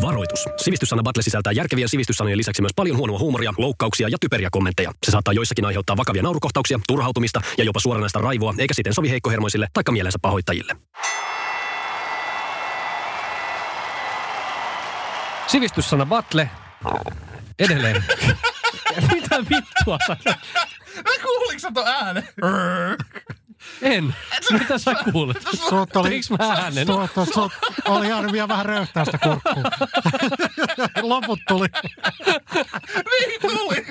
Varoitus. Sivistyssana Battle sisältää järkevien sivistyssanojen lisäksi myös paljon huonoa huumoria, loukkauksia ja typeriä kommentteja. Se saattaa joissakin aiheuttaa vakavia naurukohtauksia, turhautumista ja jopa suoranaista raivoa, eikä siten sovi heikkohermoisille taikka mielensä pahoittajille. Sivistyssana Battle. Edelleen. Mitä vittua sä? Kuuliko sä ton äänen? En. Mitä sä kuulet? Teiks mä äänen? Oli jäänyt vielä vähän röyhtää sitä kurkkuun. Loput tuli. Niin tuli.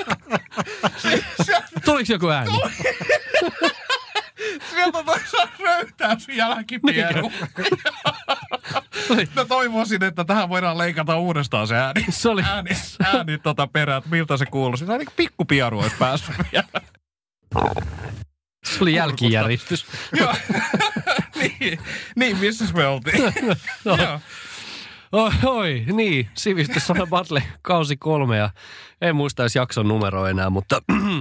Tuliko joku ääni? Sieltä toisaan röyhtää sun jälkipieru. Mä toivoisin, että tähän voidaan leikata uudestaan se ääni. Se oli... ääni perään, että miltä se kuuluu. Se on niin kuin pikkupieru olisi päässyt vielä. Se oli jälkijärjestys. Joo. niin, missä me oltiin? No. Oi, niin. Sivistyssana Battle kausi 3 ja en muista edes jakson numero enää, mutta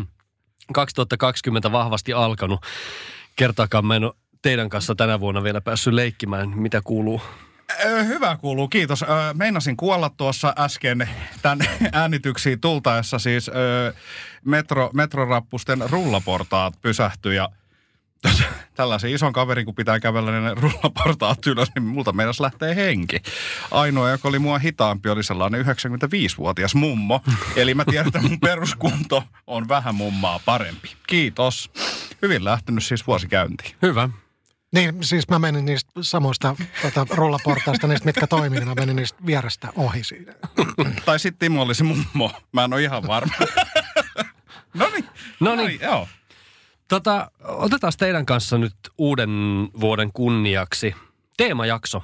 2020 vahvasti alkanut. Kertaakaan mä en ole teidän kanssa tänä vuonna vielä päässyt leikkimään. Mitä kuuluu? Hyvä kuuluu, kiitos. Meinasin kuolla tuossa äsken tämän äänityksiin tultaessa, siis metrorappusten rullaportaat pysähtyi ja tällaisen ison kaverin, kun pitää kävellä ne rullaportaat ylös, niin multa meinas lähtee henki. Ainoa, joka oli mua hitaampi, oli sellainen 95-vuotias mummo. Eli mä tiedän, että mun peruskunto on vähän mummaa parempi. Kiitos. Hyvin lähtenyt siis vuosikäyntiin. Hyvä. Niin, siis mä menin niistä samoista rullaportaista, niistä mitkä toimii, niin mä menin niistä vierestä ohi siinä. Tai sitten Timo oli se mummo. Mä en ole ihan varma. Noniin, joo. Otetaan teidän kanssa nyt uuden vuoden kunniaksi teemajakso.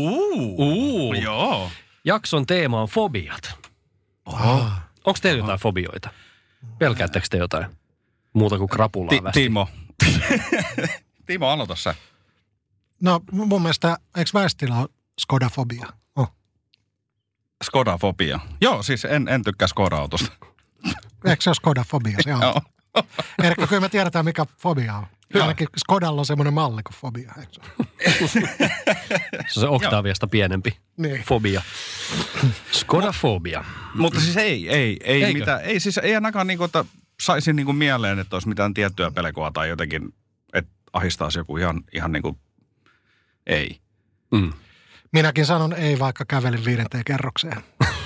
Joo. Jakson teema on fobiat. Onko teillä jotain fobioita? Pelkäättekö te jotain muuta kuin krapulaa västi? Timo, aloita sä. No mun mielestä, eikö väestillä ole Skoda-fobia? Skoda-fobia. Joo, siis en tykkää Skoda-autosta. Eikö se ole Skoda-fobia se auto? Erkka, kyllä me tiedetään, mikä fobia on. Hyvä. Ainakin Skodalla on semmoinen malli kuin fobia. Se on se Octaviasta pienempi fobia. Skoda-fobia. Mutta siis ei mitään. Ei siis ei ainakaan niinku, että saisin niinku mieleen, että olisi mitään tiettyä pelkoa tai jotenkin, että ahistaisi joku ihan niinku, ei. Mm. Minäkin sanon ei, vaikka kävelin 5. kerrokseen.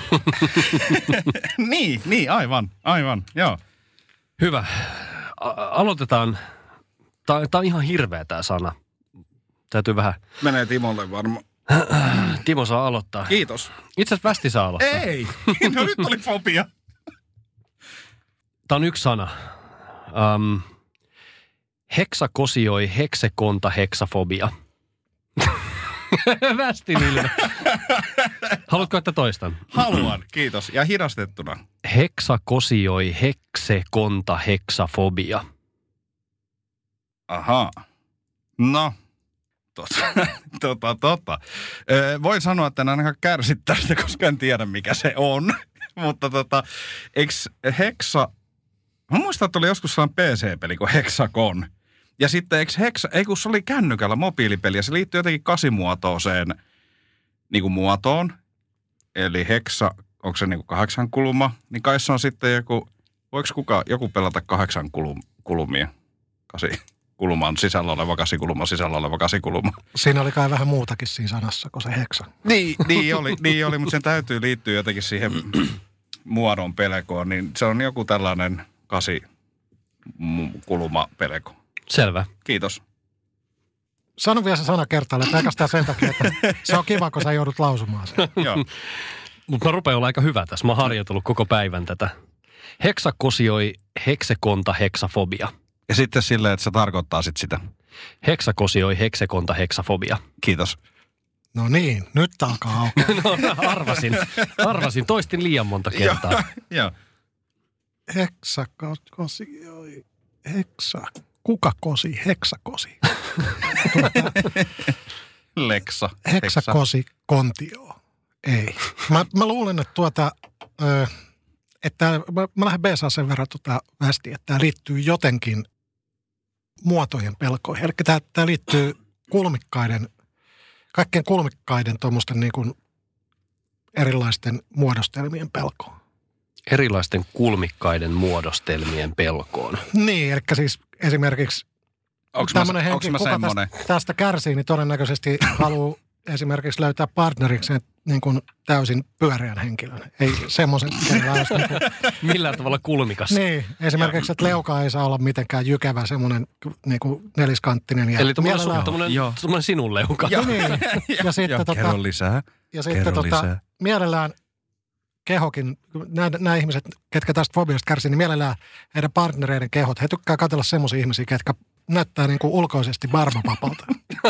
niin, aivan, joo. Hyvä. Aloitetaan. Tämä on ihan hirveä tämä sana. Täytyy vähän... Menee Timolle varmaan. Timo saa aloittaa. Kiitos. Itse asiassa Västi saa aloittaa. Ei, no nyt oli fobia. Tämä on yksi sana. Heksakosioi, heksekonta, heksafobia. Västin ilme. Haluatko, että toistan? Haluan, kiitos. Ja hidastettuna. Heksakosioi, heksekonta, heksafobia. Ahaa. No, voin sanoa, että en ainakaan kärsi tästä, koska en tiedä, mikä se on. Mutta eikö heksa... Mä muistan, että oli joskus sellainen PC-peli kuin Hexagon. Ja sitten kun se oli kännykällä mobiilipeli ja se liittyy jotenkin 8-muotoiseen niin kuin muotoon. Eli heksa, onko se niin kuin 8 kulma? Niin kai se on sitten voiko joku pelata 8 kulmia? 8 kulman sisällä oleva 8 kulma, sisällä oleva 8 kulma. Siinä oli kai vähän muutakin siinä sanassa kuin se heksa. Niin oli, mutta sen täytyy liittyä jotenkin siihen muodon pelkoon. Niin se on joku tällainen 8 kulma pelko. Selvä. Kiitos. Sano vielä se sana kertaalleen, pelkästään sen takia, että se on kiva, kun sä joudut lausumaan sen. Joo. Mutta mä rupean olla aika hyvä tässä. Mä oon harjoitellut koko päivän tätä. Heksakosioi, heksekonta, heksafobia. Ja sitten silleen, että se tarkoittaa sitten sitä. Heksakosioi, heksekonta, heksafobia. Kiitos. No niin, nyt alkaa auki. No arvasin. Toistin liian monta kertaa. Joo. Heksakosioi, kuka kosi? Heksakosi. Leksa. Heksakosi, kontio. Ei. Mä luulen, että että mä lähden Beesaa sen verran västiä, että tämä liittyy jotenkin muotojen pelkoihin. Eli tämä liittyy kaikkien kulmikkaiden tuommoisten niin kuin erilaisten muodostelmien pelkoon. Erilaisten kulmikkaiden muodostelmien pelkoon. Niin, eli siis esimerkiksi tämmöinen henki, kuka tästä kärsii, niin todennäköisesti haluaa esimerkiksi löytää partnerikseen niin kuin täysin pyöreän henkilön. Ei semmoisen, kenellä olisi niin kuin... Millään tavalla kulmikas. Niin, esimerkiksi, että leuka ei saa olla mitenkään jykevä, semmoinen niin kuin neliskanttinen. Ja eli tommoinen sinun leuka. Niin, ja sitten kerro lisää. Ja sitten mielellään kehokin, nämä ihmiset, ketkä tästä fobiasta kärsii, niin mielellään heidän partnereiden kehot. He tykkää katsella semmoisia ihmisiä, ketkä näyttää niin kuin ulkoisesti barbapapalta.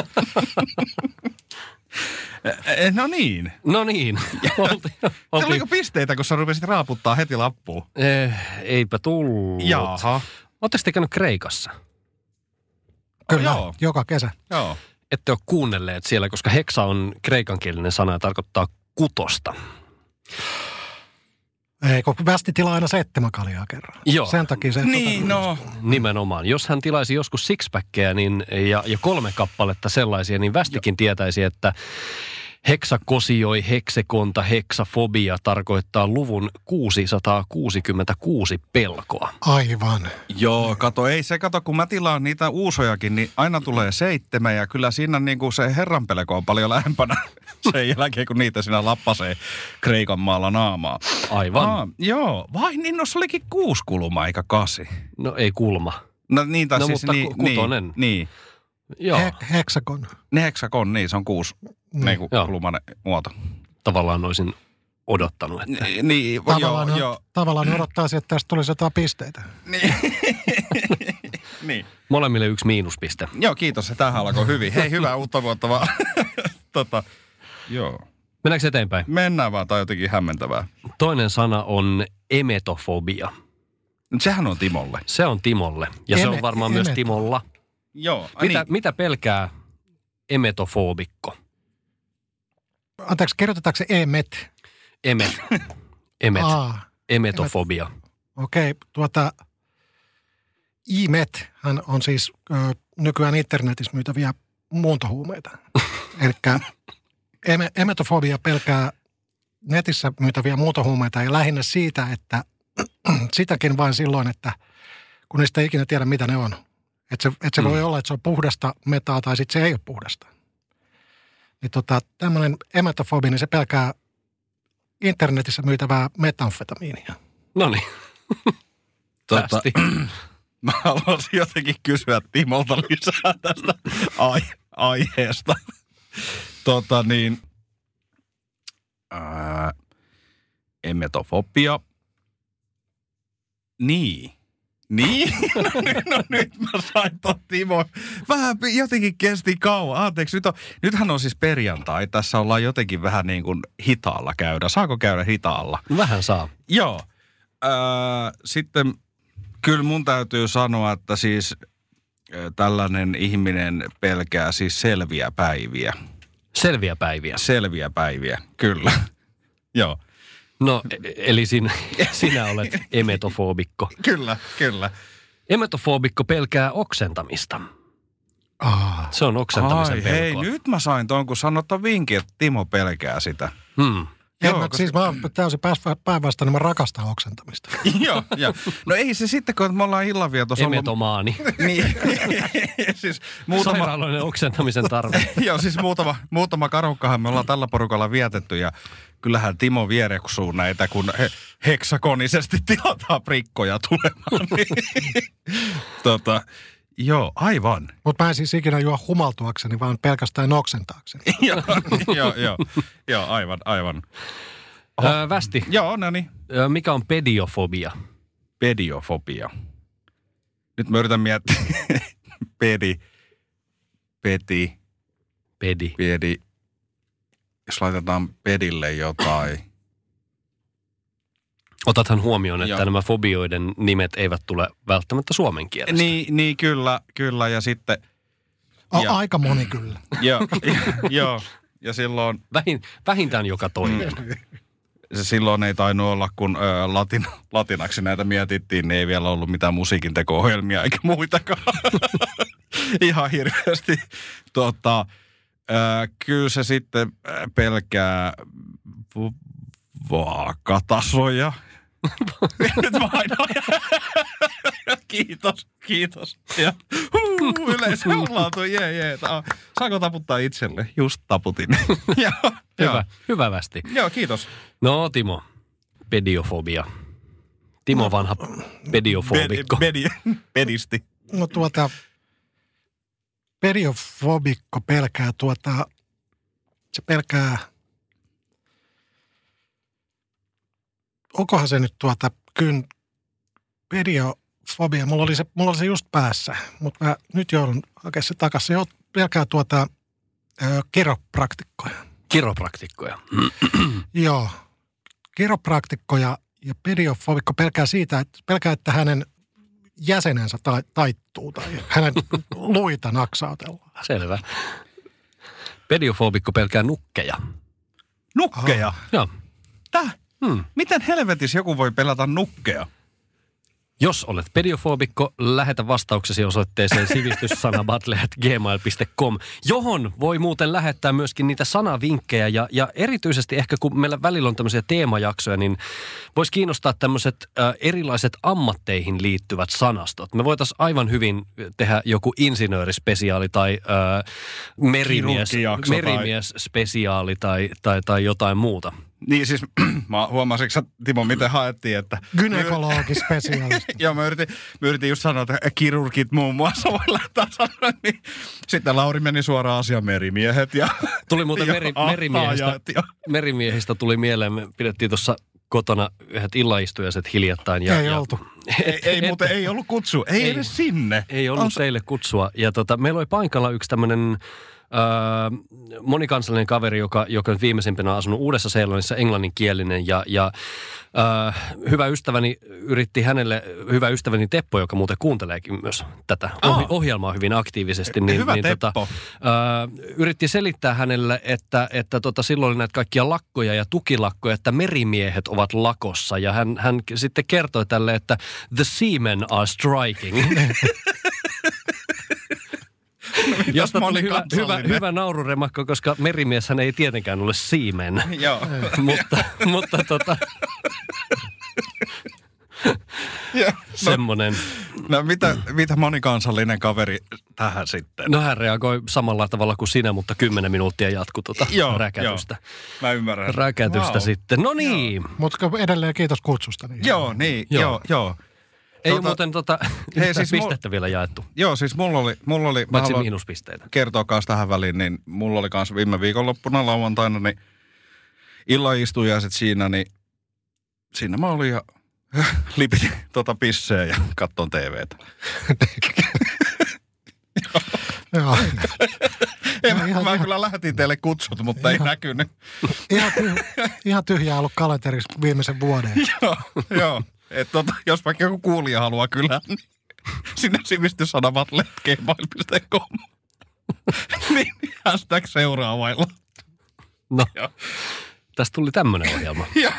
No niin. No niin. Oliko pisteitä, kun sä rupesit raaputtaa heti lappuun? Eipä tullut. Jaha. Oletteko te käynyt Kreikassa? Kyllä, Joo. joka kesä. Joo. Ette ole kuunnelleet siellä, koska heksa on kreikankielinen sana ja tarkoittaa kutosta. Ei, kun västi tilaa aina 7 kaljaa kerran. Joo. Sen takia se... Niin, no. Nimenomaan. Jos hän tilaisi joskus sixpackkejä ja 3 kappaletta sellaisia, niin västikin tietäisi, että heksakosioi, heksekonta, heksafobia tarkoittaa luvun 666 pelkoa. Aivan. Joo, kato, kun mä tilaan niitä uusojakin, niin aina tulee 7 ja kyllä siinä niinku se herranpelko on paljon lähempänä sen jälkeen, kun niitä siinä lappasee Kreikan maalla naamaa. Aivan. Joo, vai niin, no se olikin 6 kulmaa eikä 8. No ei kulma. No niin, tai no, siis mutta kutonen. Niin. Joo. Heksakon. Heksakon, niin se on 6 niinku kulmainen muoto. Tavallaan olisin odottanut, että... Niin, tavallaan odottaisi, että tästä tulisi jotain pisteitä. Niin. Niin. Molemmille 1 miinuspiste. Joo, kiitos. Se tämähän alkoi hyvin. Hei, hyvää uutta vuotta vaan. Joo. Mennäänkö eteenpäin? Mennään vaan, tai jotenkin hämmentävää. Toinen sana on emetofobia. Sehän on Timolle. Se on Timolle. Ja se on varmaan myös Timolla. Joo. Mitä pelkää emetofobikko? Anteeksi, kirjoitetaanko se emet? Emet. Emetofobia. Okei, imet hän on siis nykyään internetissä myytäviä muuntohuumeita. Elikkä emetofobia pelkää netissä myytäviä muuntohuumeita ja lähinnä siitä, että sitäkin vain silloin, että kun niistä ei ikinä tiedä, mitä ne on. Että se voi olla, että se on puhdasta metaa tai sitten se ei ole puhdasta. Niin tämmöinen emetofobi, niin se pelkää internetissä myytävää metamfetamiinia. Noniin. Mä haluaisin jotenkin kysyä Timolta lisää tästä aiheesta. Emetofobia. Niin. No nyt mä sain Timo. Vähän jotenkin kesti kauan. Anteeksi, nythän on siis perjantai. Tässä ollaan jotenkin vähän niin kuin hitaalla käydä. Saako käydä hitaalla? Vähän saa. Joo. Sitten kyllä mun täytyy sanoa, että siis tällainen ihminen pelkää siis selviä päiviä. Selviä päiviä? Selviä päiviä, kyllä. Joo. No, eli sinä olet emetofobikko. Kyllä. Emetofobikko pelkää oksentamista. Se on oksentamisen pelkoa. Hei, nyt mä sain tuon, kun sanot ton vinkin, että Timo pelkää sitä. Siis mä oon täysin päinvastainen, mä rakastan oksentamista. Joo. No ei se sitten, kun me ollaan illanvietossa ollut... Emetomaani. Niin. Siis sairaaloinen oksentamisen tarve. Joo, siis muutama karukkahan me ollaan tällä porukalla vietetty ja kyllähän Timo viereksuu näitä, kun heksakonisesti tilataan prikkoja tulemaan. Joo, aivan. Mutta mä en siis ikinä juo humaltuakseni, vaan pelkästään oksentaakseni. Joo, aivan. Västi. Joo, no niin. Mikä on pediofobia? Pediofobia. Nyt mä yritän miettiä. Pedi. Jos laitetaan pedille jotain. Otathan huomioon, että nämä fobioiden nimet eivät tule välttämättä suomen kielestä. Niin kyllä. Ja sitten... Aika moni kyllä. Joo. Ja silloin... Vähintään joka toinen. Silloin ei tainnut olla, kun latinaksi näitä mietittiin, niin ei vielä ollut mitään musiikin teko-ohjelmia eikä muitakaan. Ihan hirveästi. Kyllä se sitten pelkää vaakatasoja. Nyt vainoja. Kiitos. Ja yleensä laatu, jee. Saanko taputtaa itselle? Just taputin. Hyvä västi. Joo, kiitos. No Timo, pediofobia. Timo vanha pediofobikko. Pedisti. No pediofobikko pelkää se pelkää, onkohan se nyt pediofobia, mulla oli se just päässä, mutta mä nyt joudun hakemaan se takaisin. Se pelkää kiropraktikkoja. Kiropraktikkoja. Joo, kiropraktikkoja ja pediofobikko pelkää että hänen jäsenensä taittuu tai hänen luita naksautellaan. Selvä. Pediofobikko pelkää nukkeja. Nukkeja? Joo. Tää? Miten helvetissä joku voi pelata nukkeja? Jos olet pediofobikko, lähetä vastauksesi osoitteeseen sivistyssanabattle@gmail.com, johon voi muuten lähettää myöskin niitä sanavinkkejä ja erityisesti ehkä kun meillä välillä on tämmöisiä teemajaksoja, niin voisi kiinnostaa tämmöiset erilaiset ammatteihin liittyvät sanastot. Me voitaisiin aivan hyvin tehdä joku insinöörispesiaali tai merimiesspesiaali tai jotain muuta. Niin siis, huomasitko Timo, miten haettiin, että... Gynekologispesialisti. Joo, mä yritin just sanoa, että kirurgit muun muassa voi lähteä sanoa, niin sitten Lauri meni suoraan asiaan merimiehet ja... Tuli muuten merimiehistä tuli mieleen, me pidettiin tuossa kotona yhdet illaistujaiset hiljattain. Ei ollut kutsua, ei edes sinne. Ei ollut teille kutsua ja meillä oli paikalla yksi tämmöinen... monikansallinen kaveri, joka viimeisimpänä on asunut Uudessa-Seelannissa, englanninkielinen ja hyvä ystäväni Teppo, joka muuten kuunteleekin myös tätä ohjelmaa hyvin aktiivisesti. Hyvä Teppo. Yritti selittää hänelle, että silloin oli näitä kaikkia lakkoja ja tukilakkoja, että merimiehet ovat lakossa ja hän sitten kertoi tälle, että the seamen are striking. Josta tuli hyvä naururemakko, koska merimieshän ei tietenkään ole seaman. Joo. mutta semmoinen. No mitä monikansallinen kaveri tähän sitten? No hän reagoi samalla tavalla kuin sinä, mutta 10 minuuttia jatkui räkätystä. Joo. Mä ymmärrän. Räkätystä sitten. No niin. Mutta edelleen kiitos kutsusta. Niin. Joo. Ei ole muuten siis pistettä vielä jaettu. Joo, siis mulla oli paitsi miinuspisteitä. Kertoo kanssa tähän väliin, niin mulla oli kanssa viime viikonloppuna lauantaina, niin illanistujaiset siinä, niin siinä mä olin ja lipitin pisseä ja katson TVtä. Joo. Mä kyllä lähetin teille kutsut, mutta ei näkynyt. Ihan tyhjää ollut kalenterissa viimeisen vuoden. Joo. Että jos vaikka joku kuulija haluaa kyllä, niin sinne sivistyssanabattle@gmail.com. Niin, hashtag seuraavailla. No, tästä tuli tämmönen ohjelma. Joo.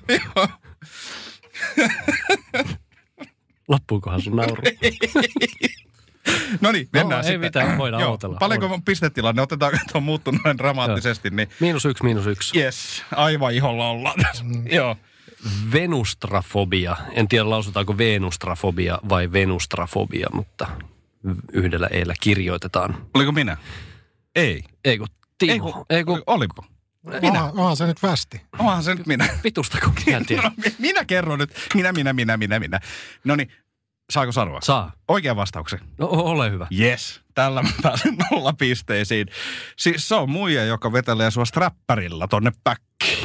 Loppuukohan sun nauru? No niin, mennään sitten. Ei mitään, voidaan aloitella. Paljonko mun pistetilanne? Otetaan, että on muuttunut näin dramaattisesti. Niin... -1. Yes, aivan iholla ollaan tässä. Joo. Venustrafobia. En tiedä, lausutaanko venustrafobia vai venustrafobia, mutta yhdellä eellä kirjoitetaan. Oliko minä? Ei. Ei kun Timo. Olipa. Onhan se nyt västi. Onhan se nyt minä. Vitustako minä tiedän. No, minä kerron nyt. Minä. No niin, saako sanoa? Saa. Oikean vastauksen. No ole hyvä. Yes. Tällä mä pääsen 0 pisteisiin. Siis se on muija, joka vetelee sua strappärilla tonne päkkiin.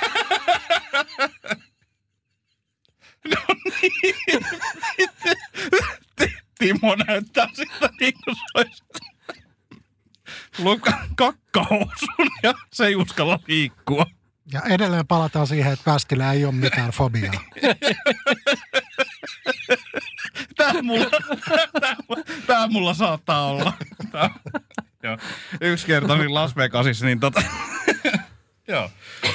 No niin. Timo näyttää sitä niin kuin se olisi kakkahousun ja se ei uskalla liikkua. Ja edelleen palataan siihen, että västillä ei ole mitään fobiaa. Tää mulla saattaa olla. Joo. Yksi kerta niin Las Vegasissa, niin joo.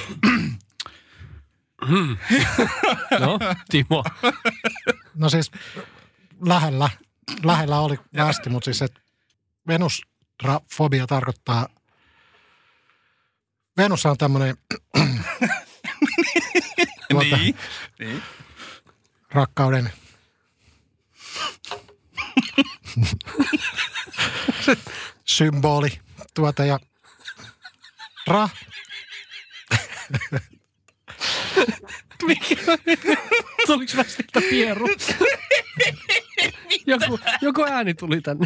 No, Timo. No siis lähellä oli västi, mutta siis että venustrafobia tarkoittaa, Venus on tämmöinen, Niin. Rakkauden symboli ja Tuliko västiltä pieru? Joku ääni tuli tänne.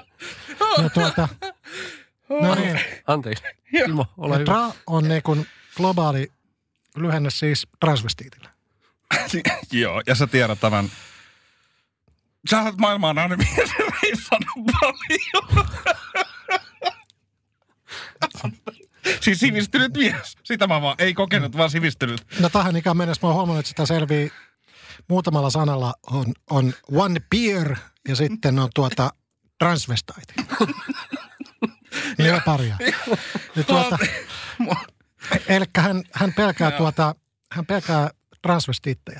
No niin. Anteeksi. Timo, ole hyvä. Tra on niin kuin globaali lyhenne siis transvestiitille. Joo, ja sä tiedät tämän. Sä olet maailmaan aina mies, ei sano paljon. Siis sivistynyt mies. Sitä mä vaan, ei kokenut, vaan sivistynyt. No tähän ikään mennessä mä oon huomannut, että sitä selvii muutamalla sanalla on one beer ja sitten on transvestite. Niin paria. Elikkä hän pelkää hän pelkää transvestiitteja.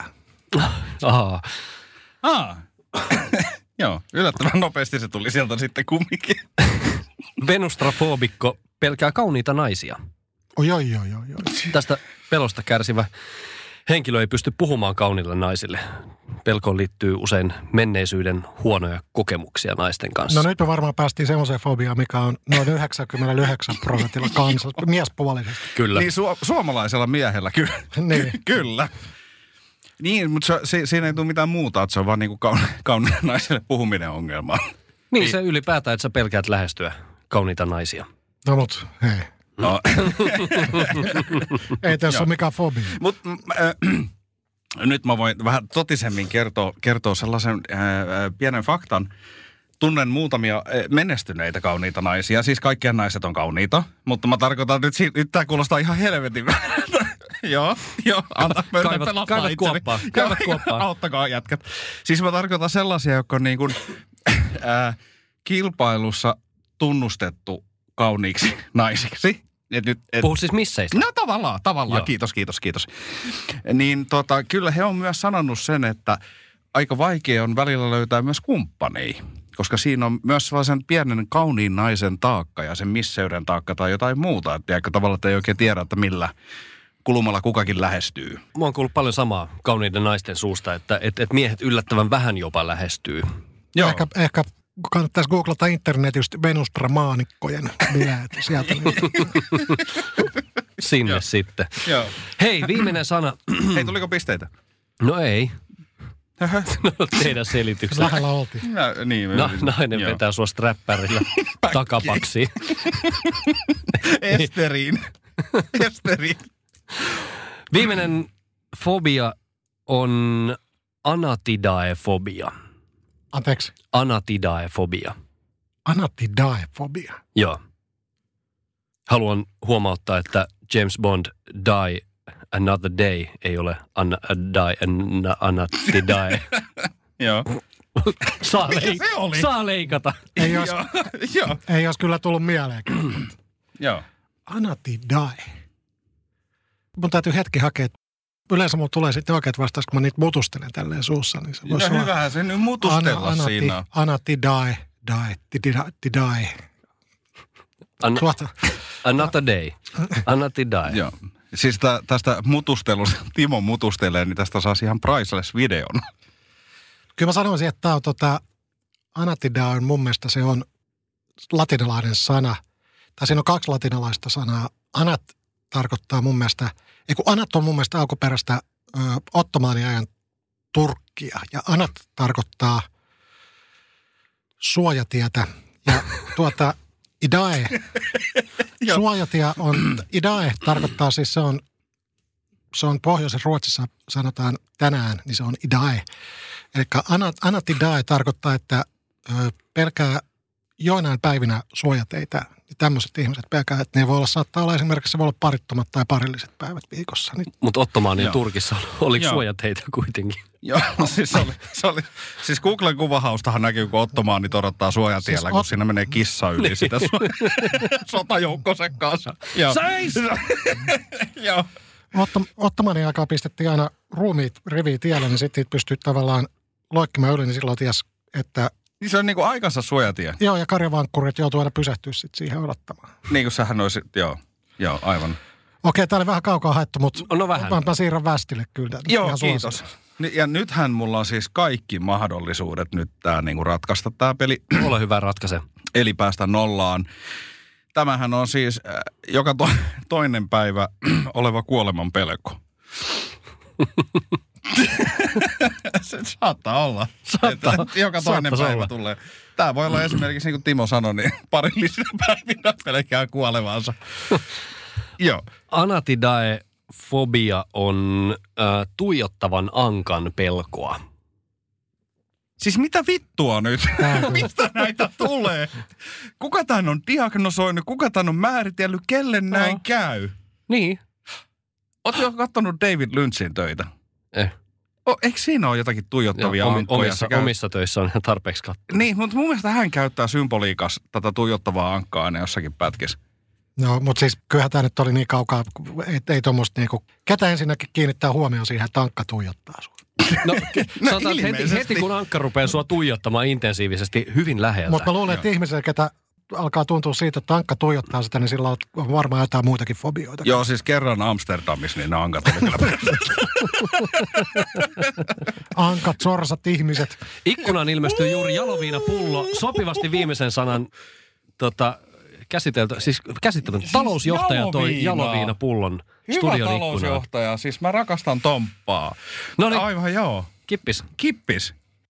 Joo, yllättävän nopeasti se tuli sieltä sitten kumminkin. Venustrafoobikko pelkää kauniita naisia. Oi. Tästä pelosta kärsivä henkilö ei pysty puhumaan kauniille naisille. Pelkoon liittyy usein menneisyyden huonoja kokemuksia naisten kanssa. No nyt me varmaan päästiin semmoiseen fobiaan, mikä on noin 99% kanssa, miespuolisesti. Kyllä. Niin suomalaisella miehellä, Niin. Kyllä. Niin, mutta siinä ei tule mitään muuta, että se on vaan niin kuin kauniille naiselle puhuminen ongelma. Niin se ylipäätään, että sä pelkäät lähestyä kauniita naisia. No mut, hei. No. Ei tässä ole mikään fobia. Mutta nyt mä voin vähän totisemmin kertoa sellaisen pienen faktan. Tunnen muutamia menestyneitä kauniita naisia. Siis kaikkien naiset on kauniita. Mutta mä tarkoitan nyt tää kuulostaa ihan helvetin Joo. Kaivat kuoppaa. Auttakaa jätkät. Siis mä tarkoitan sellaisia, jotka on niin kuin kilpailussa tunnustettu kauniiksi naisiksi. Puhut siis misseistä? No tavallaan. Kiitos. Niin kyllä he on myös sanonut sen, että aika vaikea on välillä löytää myös kumppaneja. Koska siinä on myös sellaisen pienen kauniin naisen taakka ja sen misseyden taakka tai jotain muuta. Että tavallaan ei oikein tiedä, että millä kulmalla kukakin lähestyy. Mä oon kuullut paljon samaa kauniiden naisten suusta, että miehet yllättävän vähän jopa lähestyy. Joo. Ehkä kannattaisi googlata internetistä venustramaanikkojen bileet sieltä. Sinne sitten. Joo. Hei, viimeinen sana. Hei, tuliko pisteitä? No ei. No teidän selitykset. Lähellä oltiin. Nainen vetää sua sträppärillä takapaksiin. Esteriin. Viimeinen fobia on anatidaefobia. Anteeksi? Anatidaefobia. Anatidaefobia? Joo. Haluan huomauttaa, että James Bond Die Another Day ei ole Anatidae. Joo. Saa leikata. Ei olisi kyllä tullut mieleen. Joo. Anatidae. Mun täytyy hetki hakea. Yleensä mun tulee sitten oikeat vastaus, kun mä niitä mutustelen tälleen suussa. Niin se voisi olla hyvähän se nyt mutustella siinä. Anatidae. Another Day. Anatidae. Joo. Siis tästä mutustelusta, Timo mutustelee, niin tästä saisi ihan priceless-videon. Kyllä mä sanoisin, että tämä on anatidae on mun mielestä se on latinalainen sana. Tai siinä on 2 latinalaista sanaa. Anat tarkoittaa mun mielestä, anat on mun mielestä alkuperäistä ottomaaniajan Turkkia. Ja anat tarkoittaa suojatietä. Ja idae, suojatie on, idae tarkoittaa siis se on pohjoisen Ruotsissa sanotaan tänään, niin se on idae. Eli anatidae tarkoittaa, että pelkää joinain päivinä suojateitä. Tämmöiset ihmiset pelkää, että ne saattaa olla esimerkiksi, se voi olla parittomat tai parilliset päivät viikossa. Niin. Mutta Ottomaanien Turkissa oliko suojateitä kuitenkin? Joo, siis Googlen kuvahaustahan näkyy, kun ottomaanit odottaa suojatiellä, siis kun siinä menee kissa yli sitä sotajoukkosen kanssa. Seis! Joo. Ottomaanien aikaa pistettiin aina ruumiit riviin tielle, niin sitten pystyy tavallaan loikkimaan yli, niin silloin ties, että niin se on niin kuin aikansa suojatie. Joo, ja karjavankkurit joutuu aina pysähtyä sitten siihen odottamaan. Niin kuin sähän olisit, joo, aivan. Okei, tää oli vähän kaukaa haettu, mutta No vähän. mä siirrän Västille kyllä. Joo, Ihan kiitos. suositella. Ja nythän mulla on siis kaikki mahdollisuudet nyt tää niinku ratkaista tää peli. Ole hyvä, ratkaise. Eli päästä nollaan. Tämähän on siis joka toinen päivä oleva kuoleman pelko. Se saattaa olla. Saattaa. Että joka toinen Saattaisi päivä olla. tulee. Tämä voi olla esimerkiksi, niin kuin Timo sanoi, niin parillisina päivinä pelkää kuolevansa. Joo. Anatidae-fobia on tuijottavan ankan pelkoa. Siis mitä vittua nyt? Mistä näitä tulee? Kuka tämän on diagnosoinut? Kuka tämän on määritellyt? Kelle näin käy? Niin. Oletko jo katsonut David Lynchin töitä? Eikö siinä ole jotakin tuijottavia ankkoja? Omissa töissä on ihan tarpeeksi katsoa. Niin, mutta mun mielestä hän käyttää symboliikas tätä tuijottavaa ankkaa aina jossakin pätkissä. No, mutta siis kyllähän tämä nyt oli niin kaukaa, että ei tuommoista niinku, ketä ensinnäkin kiinnittää huomioon siihen, että ankka tuijottaa sua. No, sanotaan, että ilmeisesti. heti kun ankka rupeaa sua tuijottamaan intensiivisesti hyvin läheltä. Mutta mä luulen, että ihmisellä, ketä alkaa tuntua siitä, että ankka tuijottaa sitä, niin sillä on varmaan jotain muitakin fobioita. Joo, siis kerran Amsterdamissa, niin ne ankat oli kyllä. Ankat, sorsat, ihmiset. Ikkunaan ilmestyy juuri jaloviinapullo, sopivasti viimeisen sanan käsitelty. Siis käsittämättä. Talousjohtaja toi jaloviinapullon Hyvä studion ikkunaan. talousjohtaja, siis mä rakastan Tomppaa. No niin, Aivan joo. kippis. Kippis.